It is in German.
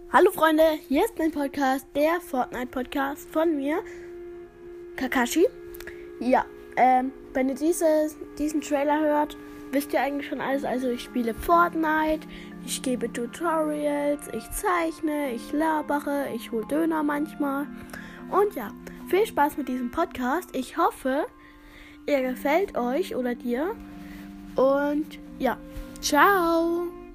Hallo Freunde, hier ist mein Podcast, der Fortnite-Podcast von mir, Kakashi. Ja, wenn ihr diesen Trailer hört, wisst ihr eigentlich schon alles. Also ich spiele Fortnite, ich gebe Tutorials, ich zeichne, ich labere, ich hole Döner manchmal. Und ja, viel Spaß mit diesem Podcast. Ich hoffe, er gefällt euch oder dir. Und ja, ciao!